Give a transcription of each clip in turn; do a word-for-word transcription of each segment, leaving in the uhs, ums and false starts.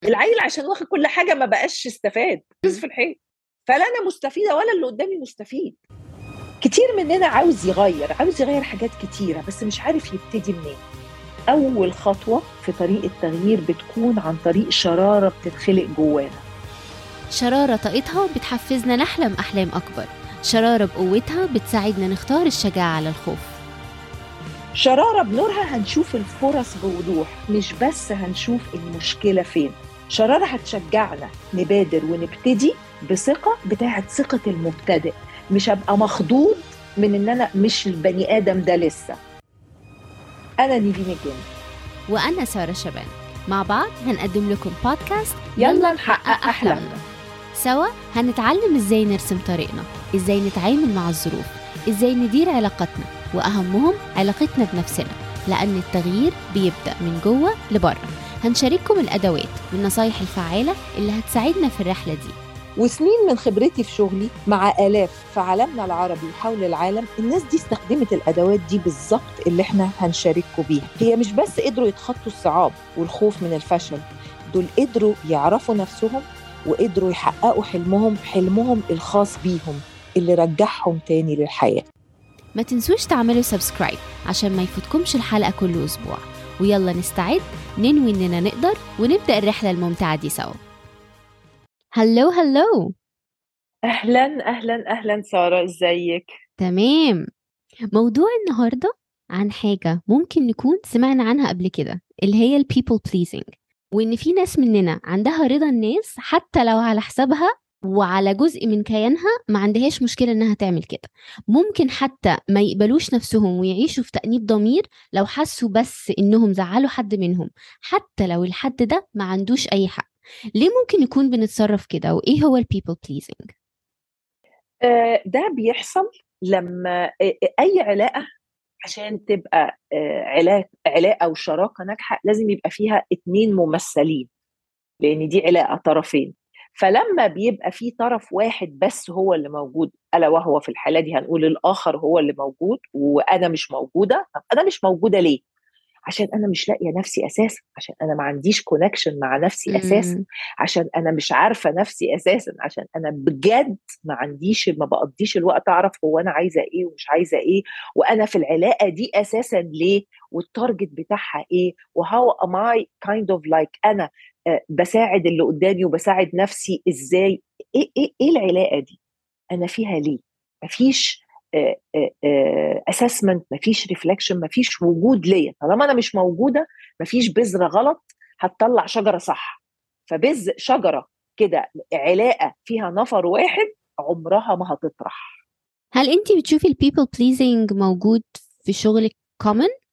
العيل عشان واخد كل حاجه ما بقاش استفاد بس في الحيط، فلا انا مستفيده ولا اللي قدامي مستفيد. كتير مننا عاوز يغير عاوز يغير حاجات كتيره بس مش عارف يبتدي منين. اول خطوه في طريق التغيير بتكون عن طريق شراره بتتخلق جوانا. شرارة طاقتها بتحفزنا نحلم أحلام أكبر، شرارة بقوتها بتساعدنا نختار الشجاعة على الخوف. شرارة بنورها هنشوف الفرص بوضوح، مش بس هنشوف المشكلة فين. شرارة هتشجعنا نبادر ونبتدي بثقة بتاعت ثقة المبتدئ، مش هبقى مخضوض من ان انا مش البني آدم ده لسه. انا نيفين الجن وأنا سارة شبان، مع بعض هنقدم لكم بودكاست يلا نحقق أحلامنا. سوا هنتعلم ازاي نرسم طريقنا، ازاي نتعامل مع الظروف، ازاي ندير علاقاتنا، وأهمهم علاقتنا بنفسنا، لأن التغيير بيبدأ من جوه لبره. هنشارككم الأدوات والنصايح الفعالة اللي هتساعدنا في الرحلة دي. وسنين من خبرتي في شغلي مع آلاف في عالمنا العربي وحول العالم، الناس دي استخدمت الأدوات دي بالظبط اللي احنا هنشارككم بيها. هي مش بس قدروا يتخطوا الصعاب والخوف من الفشل، دول قدروا يعرفوا نفسهم وقدروا يحققوا حلمهم حلمهم الخاص بيهم اللي رجعهم تاني للحياة. ما تنسوش تعملوا سبسكرايب عشان ما يفوتكمش الحلقة كل أسبوع، ويلا نستعد ننوي إننا نقدر ونبدأ الرحلة الممتعة دي سوا. هلو هلو. أهلا أهلا أهلا سارة، إزيك؟ تمام. موضوع النهاردة عن حاجة ممكن نكون سمعنا عنها قبل كده، اللي هي ال people pleasing، وإن في ناس مننا عندها رضا الناس حتى لو على حسابها وعلى جزء من كيانها ما عندهاش مشكلة إنها تعمل كده. ممكن حتى ما يقبلوش نفسهم ويعيشوا في تأنيب ضمير لو حسوا بس إنهم زعلوا حد منهم، حتى لو الحد ده ما عندوش أي حق. ليه ممكن نكون بنتصرف كده، وإيه هو ال people pleasing؟ آه، ده بيحصل لما آه، أي علاقة عشان تبقى آه، علاقة علاقة أو شراكة ناجحة لازم يبقى فيها اتنين ممثلين، لأن دي علاقة طرفين. فلما بيبقى في طرف واحد بس هو اللي موجود، ألا وهو في الحالة دي هنقول الآخر هو اللي موجود وأنا مش موجودة. طب أنا مش موجودة ليه؟ عشان أنا مش لاقية نفسي أساسا، عشان أنا ما عنديش كونكشن مع نفسي أساسا، مم. عشان أنا مش عارفة نفسي أساسا، عشان أنا بجد ما عنديش ما بقضيش الوقت أعرف هو أنا عايزة إيه ومش عايزة إيه، وأنا في العلاقة دي أساسا ليه، والتارجت بتاعها إيه، وهاو am I kind of like أنا آه بساعد اللي قدامي وبساعد نفسي إزاي. إيه, إيه, إيه العلاقة دي؟ أنا فيها ليه؟ مفيش اسسمنت، مفيش ريفلكشن، مفيش وجود ليا. طالما انا مش موجوده مفيش بذره غلط هتطلع شجره صح. فبذ شجره كده علاقه فيها نفر واحد عمرها ما هتطرح. هل انت بتشوفي ال people pleasing موجود في شغلك common؟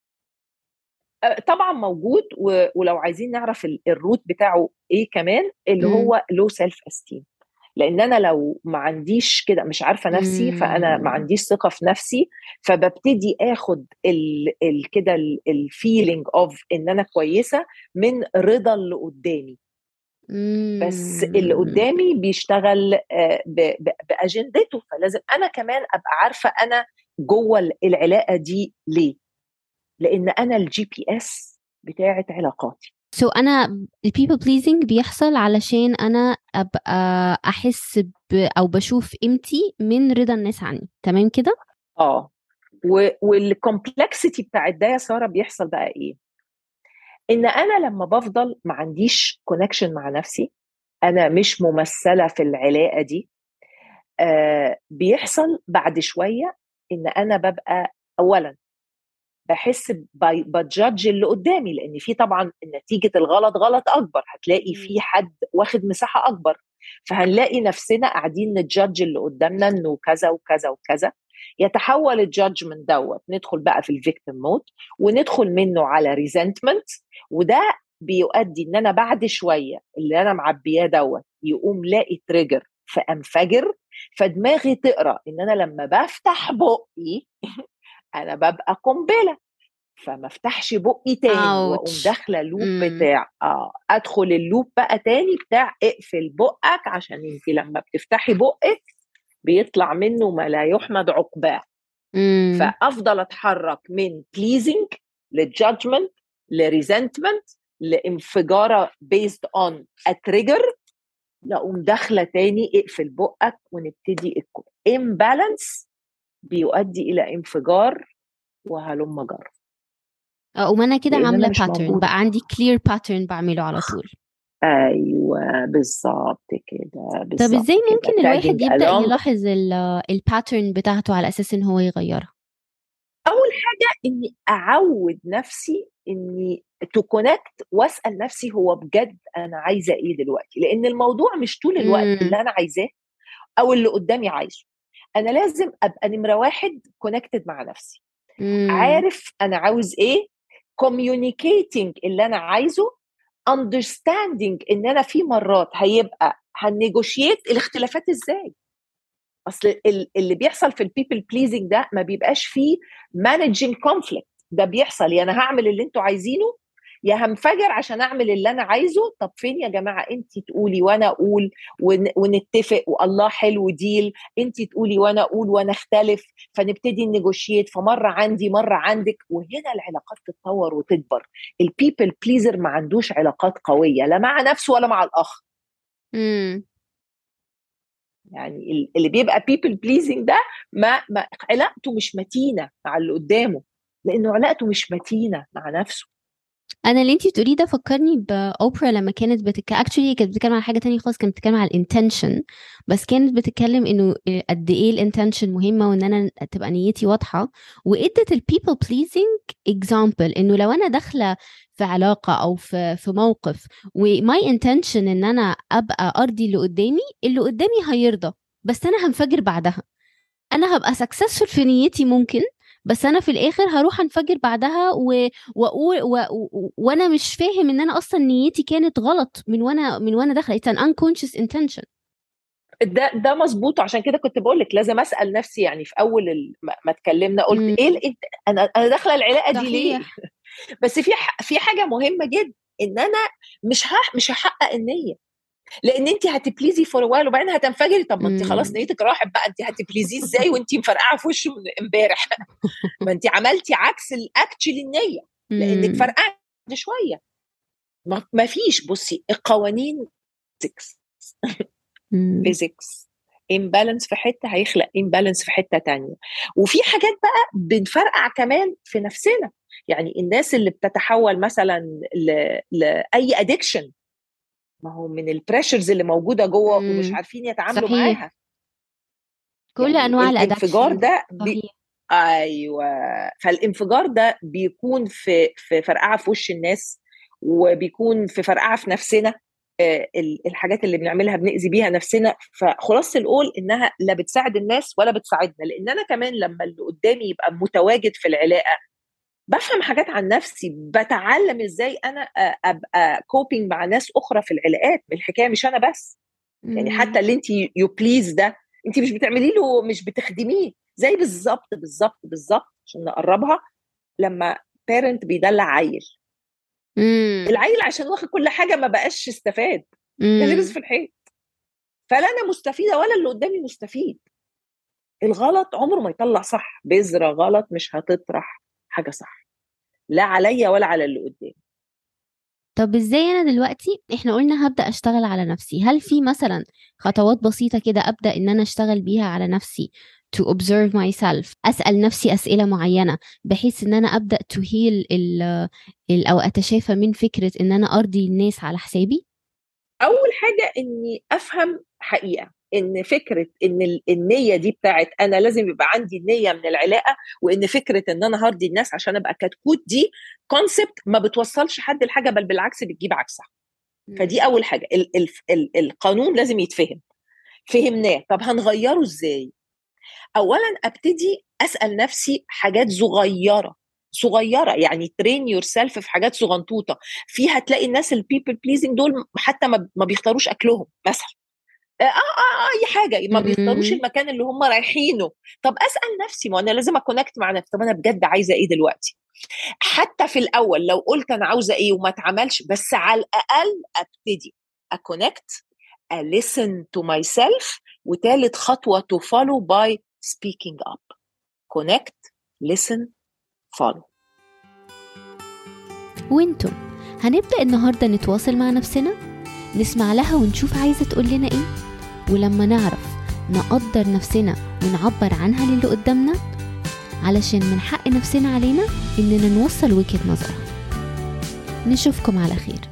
طبعا موجود، ولو عايزين نعرف الروت بتاعه ايه كمان، اللي مم. هو لو سيلف استيم. لان انا لو ما عنديش كده مش عارفه نفسي، فانا ما عنديش ثقه في نفسي، فببتدي اخد ال ال كده الفيلينج اوف ان انا كويسه من رضا اللي قدامي. بس اللي قدامي بيشتغل باجندته، فلازم انا كمان ابقى عارفه انا جوه العلاقه دي ليه، لان انا الجي بي اس بتاعت علاقاتي. سو so انا ال people pleasing بيحصل علشان انا ابقى احس ب او بشوف قيمتي من رضا الناس عني، تمام كده؟ اه والكومبلكسيتي بتاعت ده يا ساره بيحصل بقى ايه؟ ان انا لما بفضل ما عنديش كونكشن مع نفسي، انا مش ممثله في العلاقه دي، آه بيحصل بعد شويه ان انا ببقى اولا بحس بجادج اللي قدامي، لان في طبعا نتيجه الغلط غلط اكبر، هتلاقي في حد واخد مساحه اكبر، فهنلاقي نفسنا قاعدين نتجادج اللي قدامنا انه كذا وكذا وكذا. يتحول الجادجمنت دوت ندخل بقى في الفيكتيم مود، وندخل منه على ريزنتمنت، وده بيؤدي ان انا بعد شويه اللي انا معبياه دوت يقوم لاقي تريجر فانفجر، فدماغي تقرا ان انا لما بفتح بقي انا ببقى قنبله، فما افتحش بقي تاني واقوم داخله لوب بتاع اه ادخل اللوب بقى تاني بتاع اقفل بقك، عشان انت لما بتفتحي بقك بيطلع منه ما لا يحمد عقباه. فافضل اتحرك من بليزنج للجادجمنت لريزنتمنت لانفجاره based on a trigger، لقوم داخله تاني اقفل بقك ونبتدي imbalance بيؤدي الى انفجار وهلم جر. وما انا كده عامله باترن، بقى عندي كلير باترن بعمله على طول. ايوه بالظبط كده. طب ازاي ممكن الواحد يبدا يلاحظ الباترن بتاعته على اساس ان هو يغيرها؟ اول حاجه اني اعود نفسي اني تو كونكت واسال نفسي هو بجد انا عايزه ايه دلوقتي، لان الموضوع مش طول الوقت مم. اللي انا عايزاه او اللي قدامي عايزه. انا لازم ابقى نمره واحد كونكتد مع نفسي، مم. عارف انا عاوز ايه، communicating اللي انا عايزه، understanding ان انا في مرات هيبقى هنيجوشيت الاختلافات ازاي. اصل اللي بيحصل في البيبل بليزنج ده ما بيبقاش فيه مانجينج كونفليكت، ده بيحصل يا انا هعمل اللي انتوا عايزينه يا هنفجر عشان اعمل اللي انا عايزه. طب فين يا جماعه انت تقولي وانا اقول ونتفق والله حلو ديل، انت تقولي وانا اقول ونختلف فنبتدي نيجوشيت، فمره عندي مره عندك، وهنا العلاقات تتطور وتكبر. البيبل بليزر ما عندوش علاقات قويه لا مع نفسه ولا مع الاخر. امم يعني اللي بيبقى people pleasing ده ما, ما علاقته مش متينه مع اللي قدامه، لانه علاقته مش متينه مع نفسه. انا اللي انتي بتقوليه ده فكرني باوبرا لما كانت بتتكلم، اكشولي كانت بتتكلم على حاجه تانية خالص، كانت بتتكلم على الانتنشن، بس كانت بتتكلم انه قد ايه الانتنشن مهمه وان انا تبقى نيتي واضحه. وادت البيبل بليزنج اكزامبل انه لو انا داخله في علاقه او في في موقف وماي انتنشن ان انا ابقى ارضي اللي قدامي، اللي قدامي هيرضى بس انا هنفجر بعدها. انا هبقى سكسسفul في نيتي ممكن، بس انا في الاخر هروح انفجر بعدها و... واقول و... و... وانا مش فاهم ان انا اصلا نيتي كانت غلط من وانا من وانا داخله. it's an unconscious intention. ده ده مظبوط. عشان كده كنت بقول لك لازم اسال نفسي، يعني في اول ال... ما اتكلمنا قلت مم. ايه انت انا انا داخله العلاقه دي ليه؟ بس في ح... في حاجه مهمه جدا، ان انا مش ه... مش هحقق النيه، لان انت هتبليزي فور وايل وبعدين هتنفجري. طب ما انت خلاص نيتك راحت بقى، انت هتبليزي ازاي وانت مفرقعه في وشه امبارح؟ ما انت عملتي عكس الاكتشلي النيه، لانك فرقعت شويه. ما فيش، بصي القوانين فيزيكس، امبالانس في حته هيخلق امبالانس في حته تانية. وفي حاجات بقى بنفرقع كمان في نفسنا، يعني الناس اللي بتتحول مثلا ل... لاي ادكشن، ما هو من البريشرز اللي موجوده جوه ومش عارفين يتعاملوا صحيح. معاها. كل يعني انواع الانفجار ده بي... ايوه، فالانفجار ده بيكون في في فرقعه في وش الناس، وبيكون في فرقعه في نفسنا. الحاجات اللي بنعملها بنأذي بيها نفسنا. فخلاص القول انها لا بتساعد الناس ولا بتساعدنا، لان انا كمان لما اللي قدامي يبقى متواجد في العلاقه بفهم حاجات عن نفسي، بتعلم ازاي انا ابقى كوبينج مع ناس اخرى في العلاقات. الحكايه مش انا بس، يعني حتى اللي انت يو بليز ده انت مش بتعملي له، مش بتخدميه. زي بالظبط بالظبط بالظبط عشان نقربها، لما بيرنت بيدلع عيل، مم. العيل عشان واخد كل حاجه ما بقاش استفاد، ده لبس في الحيط. فلا انا مستفيده ولا اللي قدامي مستفيد. الغلط عمره ما يطلع صح، بذره غلط مش هتطرح حاجه صح، لا عليا ولا على اللي قدامي. طب ازاي انا دلوقتي، احنا قلنا هبدأ اشتغل على نفسي، هل في مثلا خطوات بسيطة كده ابدأ ان انا اشتغل بيها على نفسي to observe myself، اسأل نفسي اسئلة معينة بحيث ان انا ابدأ to heal ال ال او اتشافى من فكرة ان انا ارضي الناس على حسابي؟ اول حاجة اني افهم حقيقة ان فكرة ان النية دي بتاعت انا لازم يبقى عندي النية من العلاقة، وان فكرة ان انا هرضي الناس عشان ابقى كتكوت دي كونسبت ما بتوصلش حد لحاجة، بل بالعكس بتجيب عكسها. فدي اول حاجة. ال ال ال القانون لازم يتفهم. فهمناه، طب هنغيره ازاي؟ اولا ابتدي اسال نفسي حاجات صغيره صغيره، يعني ترين يور سيلف في حاجات صغنطوطه. فيها تلاقي الناس البيبل بليزنج دول حتى ما بيختاروش اكلهم مثلا، اه اه اه اي حاجه، ما بيختاروش المكان اللي هم رايحينه. طب اسال نفسي، ما انا لازم اكونكت مع نفسي، طب انا بجد عايزه ايه دلوقتي؟ حتى في الاول لو قلت انا عاوزه ايه وما اتعملش، بس على الاقل ابتدي اكونكت، listen to myself. وثالث خطوه to follow by speaking up. connect listen follow. وانتم هنبدأ النهاردة نتواصل مع نفسنا، نسمع لها ونشوف عايزة تقول لنا ايه، ولما نعرف نقدر نفسنا ونعبر عنها للي قدامنا، علشان من حق نفسنا علينا اننا نوصل وجهة نظرها. نشوفكم على خير.